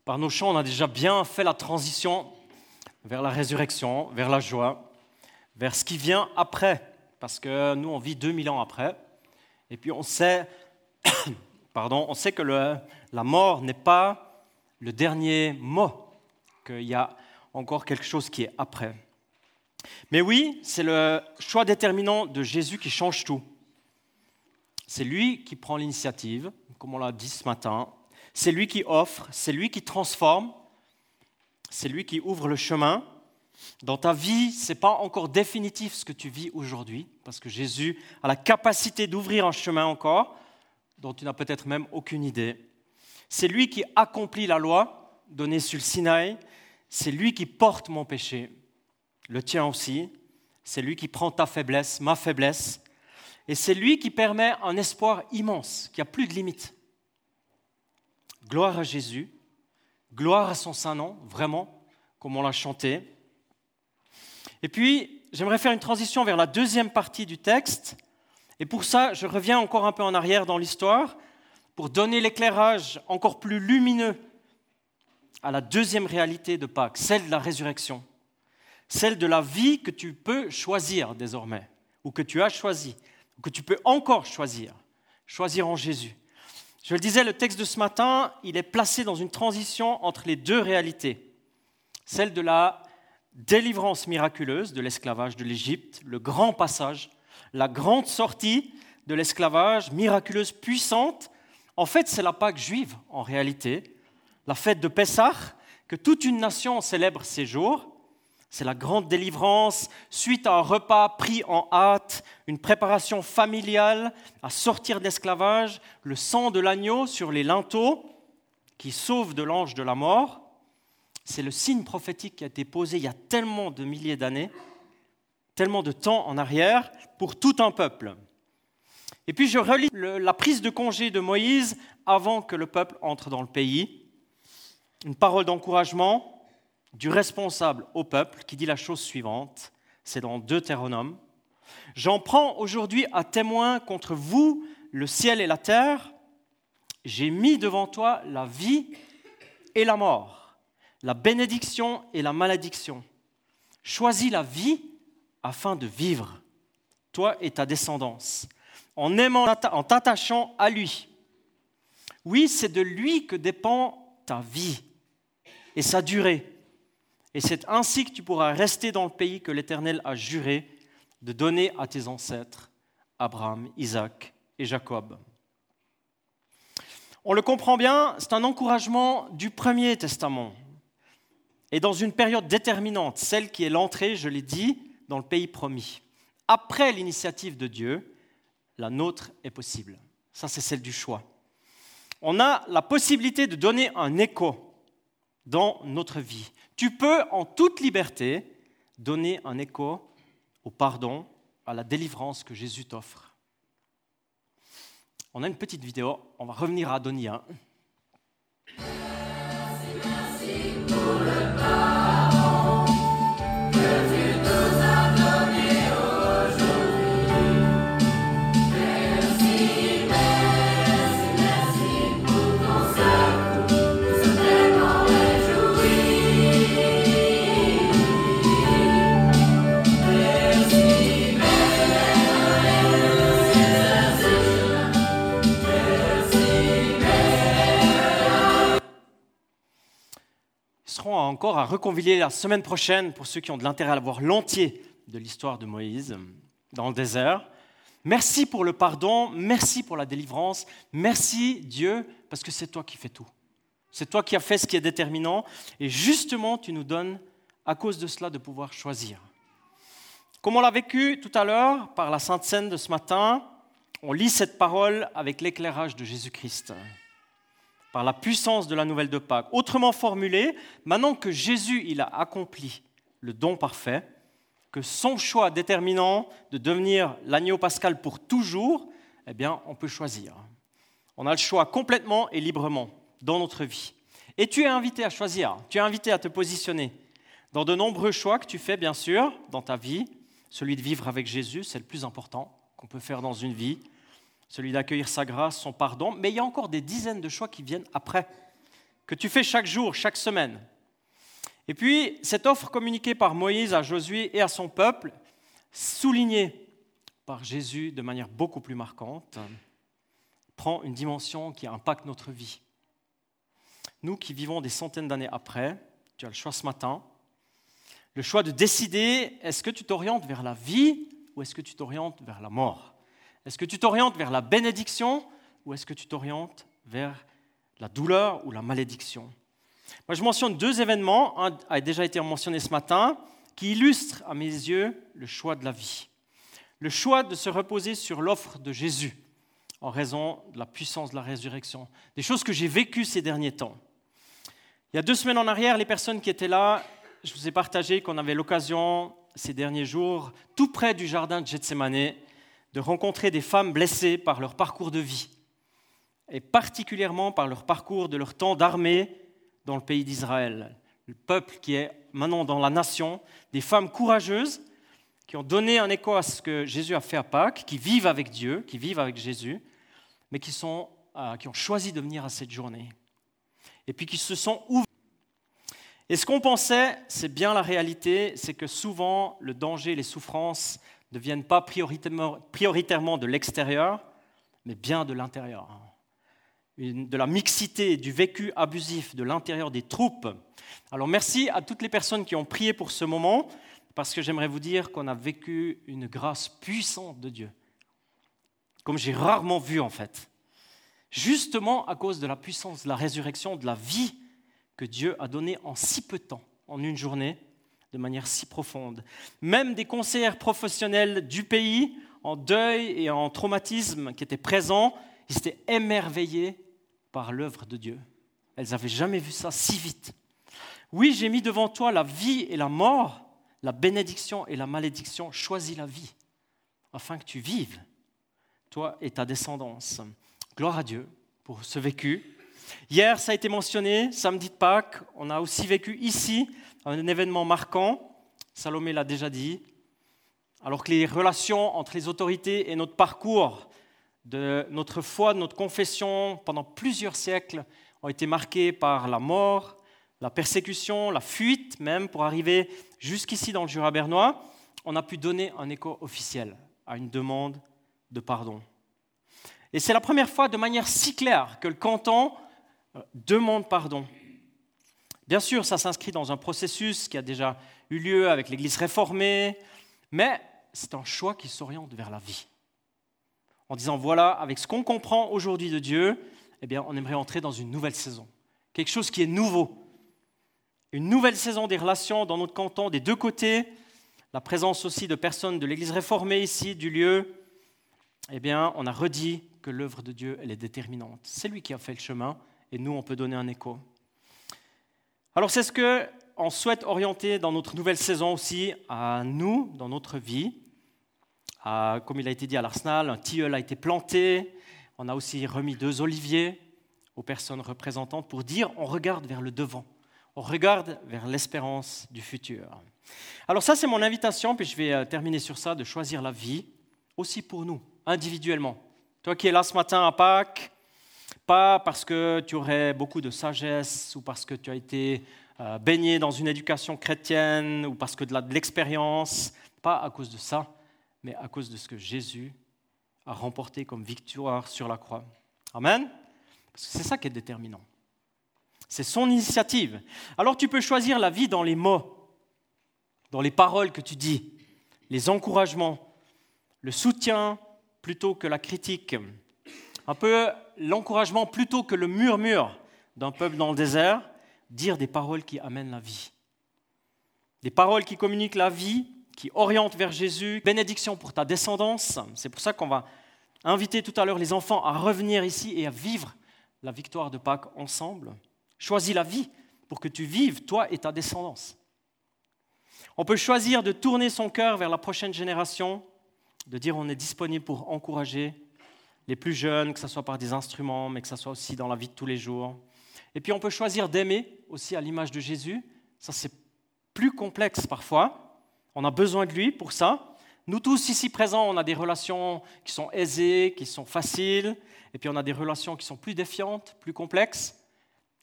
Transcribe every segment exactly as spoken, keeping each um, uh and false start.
Par nos chants, on a déjà bien fait la transition vers la résurrection, vers la joie, vers ce qui vient après, parce que nous, on vit deux mille ans après, et puis on sait, pardon, on sait que le, la mort n'est pas le dernier mot, qu'il y a encore quelque chose qui est après. Mais oui, c'est le choix déterminant de Jésus qui change tout. C'est lui qui prend l'initiative, comme on l'a dit ce matin. C'est lui qui offre, c'est lui qui transforme, c'est lui qui ouvre le chemin. Dans ta vie, ce n'est pas encore définitif ce que tu vis aujourd'hui, parce que Jésus a la capacité d'ouvrir un chemin encore, dont tu n'as peut-être même aucune idée. C'est lui qui accomplit la loi donnée sur le Sinaï. C'est lui qui porte mon péché, le tien aussi. C'est lui qui prend ta faiblesse, ma faiblesse. Et c'est lui qui permet un espoir immense, qui n'a plus de limite. Gloire à Jésus, gloire à son saint nom, vraiment, comme on l'a chanté. Et puis, j'aimerais faire une transition vers la deuxième partie du texte. Et pour ça, je reviens encore un peu en arrière dans l'histoire pour donner l'éclairage encore plus lumineux à la deuxième réalité de Pâques, celle de la résurrection, celle de la vie que tu peux choisir désormais, ou que tu as choisi, ou que tu peux encore choisir, choisir en Jésus. Je le disais, le texte de ce matin, il est placé dans une transition entre les deux réalités, celle de la délivrance miraculeuse de l'esclavage de l'Égypte, le grand passage, la grande sortie de l'esclavage miraculeuse, puissante. En fait, c'est la Pâque juive, en réalité, la fête de Pessah, que toute une nation célèbre ces jours. C'est la grande délivrance, suite à un repas pris en hâte, une préparation familiale à sortir de l'esclavage, le sang de l'agneau sur les linteaux qui sauve de l'ange de la mort. C'est le signe prophétique qui a été posé il y a tellement de milliers d'années, tellement de temps en arrière, pour tout un peuple. Et puis je relis le, la prise de congé de Moïse avant que le peuple entre dans le pays. Une parole d'encouragement du responsable au peuple qui dit la chose suivante, c'est dans Deutéronome. « J'en prends aujourd'hui à témoin contre vous le ciel et la terre. J'ai mis devant toi la vie et la mort, la bénédiction et la malédiction. Choisis la vie afin de vivre, toi et ta descendance, en aimant, en t'attachant à lui. Oui, c'est de lui que dépend ta vie et sa durée. Et c'est ainsi que tu pourras rester dans le pays que l'Éternel a juré de donner à tes ancêtres, Abraham, Isaac et Jacob. » On le comprend bien, c'est un encouragement du Premier Testament. Et dans une période déterminante, celle qui est l'entrée, je l'ai dit, dans le pays promis. Après l'initiative de Dieu, la nôtre est possible. Ça, c'est celle du choix. On a la possibilité de donner un écho dans notre vie. Tu peux, en toute liberté, donner un écho au pardon, à la délivrance que Jésus t'offre. On a une petite vidéo, on va revenir à Adonia. Merci, merci pour le pardon que tu nous as donné aujourd'hui. Merci, merci, merci pour ton secours, nous sommes tellement réjouis. Merci, seront encore à reconvilier la semaine prochaine pour ceux qui ont de l'intérêt à voir l'entier de l'histoire de Moïse dans le désert. Merci pour le pardon, merci pour la délivrance, merci Dieu, parce que c'est toi qui fais tout. C'est toi qui as fait ce qui est déterminant et justement tu nous donnes à cause de cela de pouvoir choisir. Comme on l'a vécu tout à l'heure par la Sainte Seine de ce matin, on lit cette parole avec l'éclairage de Jésus-Christ, par la puissance de la nouvelle de Pâques. Autrement formulé, maintenant que Jésus il a accompli le don parfait, que son choix déterminant de devenir l'agneau pascal pour toujours, eh bien, on peut choisir. On a le choix complètement et librement dans notre vie. Et tu es invité à choisir, tu es invité à te positionner dans de nombreux choix que tu fais, bien sûr, dans ta vie. Celui de vivre avec Jésus, c'est le plus important qu'on peut faire dans une vie. Celui d'accueillir sa grâce, son pardon. Mais il y a encore des dizaines de choix qui viennent après. que tu fais chaque jour, chaque semaine. Et puis, cette offre communiquée par Moïse à Josué et à son peuple, soulignée par Jésus de manière beaucoup plus marquante, prend une dimension qui impacte notre vie. Nous qui vivons des centaines d'années après, tu as le choix ce matin, le choix de décider, est-ce que tu t'orientes vers la vie ou est-ce que tu t'orientes vers la mort? Est-ce que tu t'orientes vers la bénédiction ou est-ce que tu t'orientes vers la douleur ou la malédiction? Moi, je mentionne deux événements, un a déjà été mentionné ce matin, qui illustrent à mes yeux le choix de la vie. Le choix de se reposer sur l'offre de Jésus en raison de la puissance de la résurrection. Des choses que j'ai vécues ces derniers temps. Il y a deux semaines en arrière, les personnes qui étaient là, je vous ai partagé qu'on avait l'occasion ces derniers jours, tout près du jardin de Gethsémane, de rencontrer des femmes blessées par leur parcours de vie et particulièrement par leur parcours de leur temps d'armée dans le pays d'Israël. Le peuple qui est maintenant dans la nation, des femmes courageuses qui ont donné un écho à ce que Jésus a fait à Pâques, qui vivent avec Dieu, qui vivent avec Jésus, mais qui, sont, euh, qui ont choisi de venir à cette journée. Et puis qui se sont ouverts. Et ce qu'on pensait, c'est bien la réalité, c'est que souvent le danger, les souffrances ne viennent pas prioritairement, prioritairement de l'extérieur, mais bien de l'intérieur. Une, de la mixité, du vécu abusif de l'intérieur des troupes. Alors merci à toutes les personnes qui ont prié pour ce moment, parce que j'aimerais vous dire qu'on a vécu une grâce puissante de Dieu, comme j'ai rarement vu en fait. Justement à cause de la puissance de la résurrection, de la vie que Dieu a donnée en si peu de temps, en une journée, de manière si profonde. Même des conseillères professionnelles du pays, en deuil et en traumatisme, qui étaient présents, ils étaient émerveillés par l'œuvre de Dieu. Elles n'avaient jamais vu ça si vite. Oui, j'ai mis devant toi la vie et la mort, la bénédiction et la malédiction. Choisis la vie, afin que tu vives, toi et ta descendance. Gloire à Dieu pour ce vécu. Hier, ça a été mentionné, samedi de Pâques, on a aussi vécu ici un événement marquant, Salomé l'a déjà dit, alors que les relations entre les autorités et notre parcours de notre foi, de notre confession, pendant plusieurs siècles, ont été marquées par la mort, la persécution, la fuite même, pour arriver jusqu'ici dans le Jura bernois, on a pu donner un écho officiel à une demande de pardon. Et c'est la première fois de manière si claire que le canton demande pardon. Bien sûr, ça s'inscrit dans un processus qui a déjà eu lieu avec l'Église réformée, mais c'est un choix qui s'oriente vers la vie. En disant, voilà, avec ce qu'on comprend aujourd'hui de Dieu, eh bien, on aimerait entrer dans une nouvelle saison. Quelque chose qui est nouveau. Une nouvelle saison des relations dans notre canton, des deux côtés, la présence aussi de personnes de l'Église réformée ici, du lieu. Eh bien, on a redit que l'œuvre de Dieu, elle est déterminante. C'est lui qui a fait le chemin, et nous, on peut donner un écho. Alors, c'est ce qu'on souhaite orienter dans notre nouvelle saison aussi à nous, dans notre vie. À, comme il a été dit à l'Arsenal, un tilleul a été planté. On a aussi remis deux oliviers aux personnes représentantes pour dire on regarde vers le devant. On regarde vers l'espérance du futur. Alors ça, c'est mon invitation, puis je vais terminer sur ça, de choisir la vie, aussi pour nous, individuellement. Toi qui es là ce matin à Pâques, pas parce que tu aurais beaucoup de sagesse ou parce que tu as été euh, baigné dans une éducation chrétienne ou parce que de, la, de l'expérience, pas à cause de ça, mais à cause de ce que Jésus a remporté comme victoire sur la croix. Amen. Parce que c'est ça qui est déterminant. C'est son initiative. Alors tu peux choisir la vie dans les mots, dans les paroles que tu dis, les encouragements, le soutien plutôt que la critique, un peu l'encouragement plutôt que le murmure d'un peuple dans le désert, dire des paroles qui amènent la vie. Des paroles qui communiquent la vie, qui orientent vers Jésus, bénédiction pour ta descendance. C'est pour ça qu'on va inviter tout à l'heure les enfants à revenir ici et à vivre la victoire de Pâques ensemble. Choisis la vie pour que tu vives, toi et ta descendance. On peut choisir de tourner son cœur vers la prochaine génération, de dire on est disponible pour encourager les plus jeunes, que ce soit par des instruments, mais que ce soit aussi dans la vie de tous les jours. Et puis on peut choisir d'aimer aussi à l'image de Jésus. Ça, c'est plus complexe parfois. On a besoin de lui pour ça. Nous tous ici présents, on a des relations qui sont aisées, qui sont faciles, et puis on a des relations qui sont plus défiantes, plus complexes.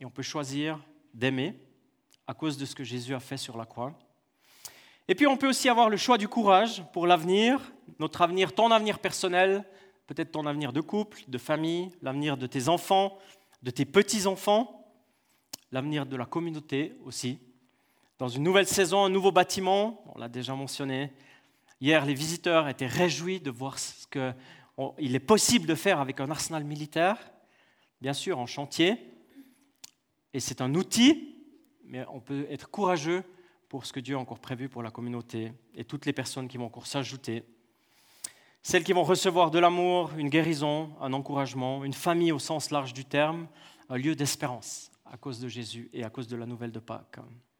et on peut choisir d'aimer à cause de ce que Jésus a fait sur la croix. Et puis on peut aussi avoir le choix du courage pour l'avenir, notre avenir, ton avenir personnel, peut-être ton avenir de couple, de famille, l'avenir de tes enfants, de tes petits-enfants, l'avenir de la communauté aussi. Dans une nouvelle saison, un nouveau bâtiment, on l'a déjà mentionné. Hier, les visiteurs étaient réjouis de voir ce qu'il est possible de faire avec un arsenal militaire, bien sûr en chantier. Et c'est un outil, mais on peut être courageux pour ce que Dieu a encore prévu pour la communauté et toutes les personnes qui vont encore s'ajouter. Celles qui vont recevoir de l'amour, une guérison, un encouragement, une famille au sens large du terme, un lieu d'espérance à cause de Jésus et à cause de la nouvelle de Pâques.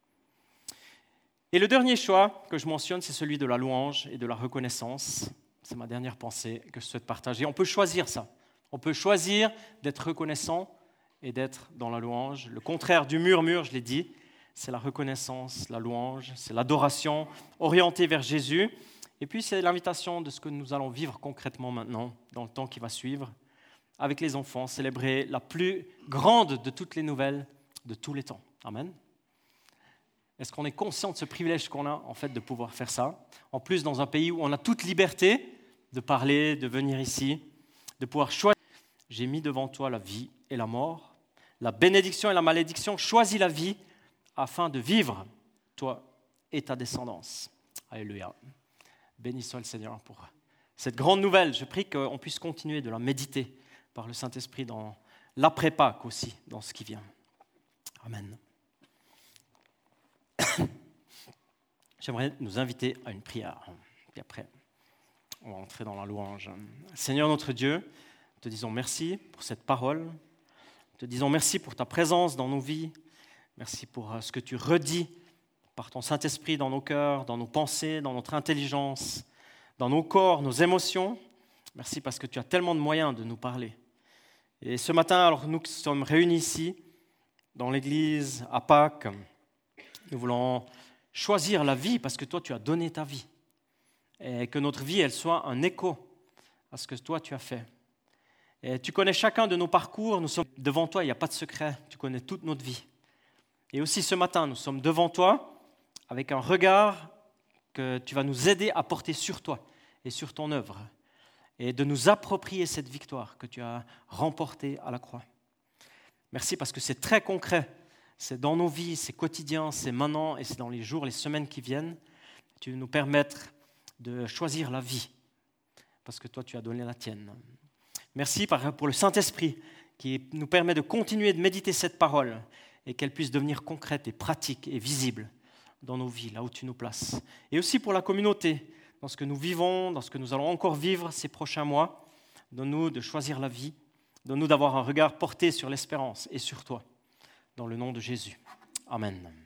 Et le dernier choix que je mentionne, c'est celui de la louange et de la reconnaissance. C'est ma dernière pensée que je souhaite partager. On peut choisir ça. On peut choisir d'être reconnaissant et d'être dans la louange. Le contraire du murmure, je l'ai dit, c'est la reconnaissance, la louange, c'est l'adoration orientée vers Jésus. Et puis c'est l'invitation de ce que nous allons vivre concrètement maintenant, dans le temps qui va suivre, avec les enfants, célébrer la plus grande de toutes les nouvelles de tous les temps. Amen. Est-ce qu'on est conscient de ce privilège qu'on a en fait de pouvoir faire ça? En plus, dans un pays où on a toute liberté de parler, de venir ici, de pouvoir choisir. J'ai mis devant toi la vie et la mort, la bénédiction et la malédiction. Choisis la vie afin de vivre, toi et ta descendance. Alléluia. Béni soit le Seigneur pour cette grande nouvelle. Je prie qu'on puisse continuer de la méditer par le Saint-Esprit dans l'après-Pâques aussi, dans ce qui vient. Amen. J'aimerais nous inviter à une prière. Puis après, on va entrer dans la louange. Seigneur notre Dieu, te disons merci pour cette parole. Te disons merci pour ta présence dans nos vies. Merci pour ce que tu redis par ton Saint-Esprit dans nos cœurs, dans nos pensées, dans notre intelligence, dans nos corps, nos émotions. Merci parce que tu as tellement de moyens de nous parler. Et ce matin, alors nous qui sommes réunis ici, dans l'église, à Pâques, nous voulons choisir la vie parce que toi, tu as donné ta vie. Et que notre vie, elle soit un écho à ce que toi, tu as fait. Et tu connais chacun de nos parcours. Nous sommes devant toi, il n'y a pas de secret. Tu connais toute notre vie. Et aussi ce matin, nous sommes devant toi avec un regard que tu vas nous aider à porter sur toi et sur ton œuvre et de nous approprier cette victoire que tu as remportée à la croix. Merci parce que c'est très concret. C'est dans nos vies, c'est quotidien, c'est maintenant et c'est dans les jours, les semaines qui viennent. Tu veux nous permettre de choisir la vie parce que toi, tu as donné la tienne. Merci pour le Saint-Esprit qui nous permet de continuer de méditer cette parole et qu'elle puisse devenir concrète et pratique et visible dans nos vies, là où tu nous places. Et aussi pour la communauté, dans ce que nous vivons, dans ce que nous allons encore vivre ces prochains mois. Donne-nous de choisir la vie, donne-nous d'avoir un regard porté sur l'espérance et sur toi. Dans le nom de Jésus. Amen.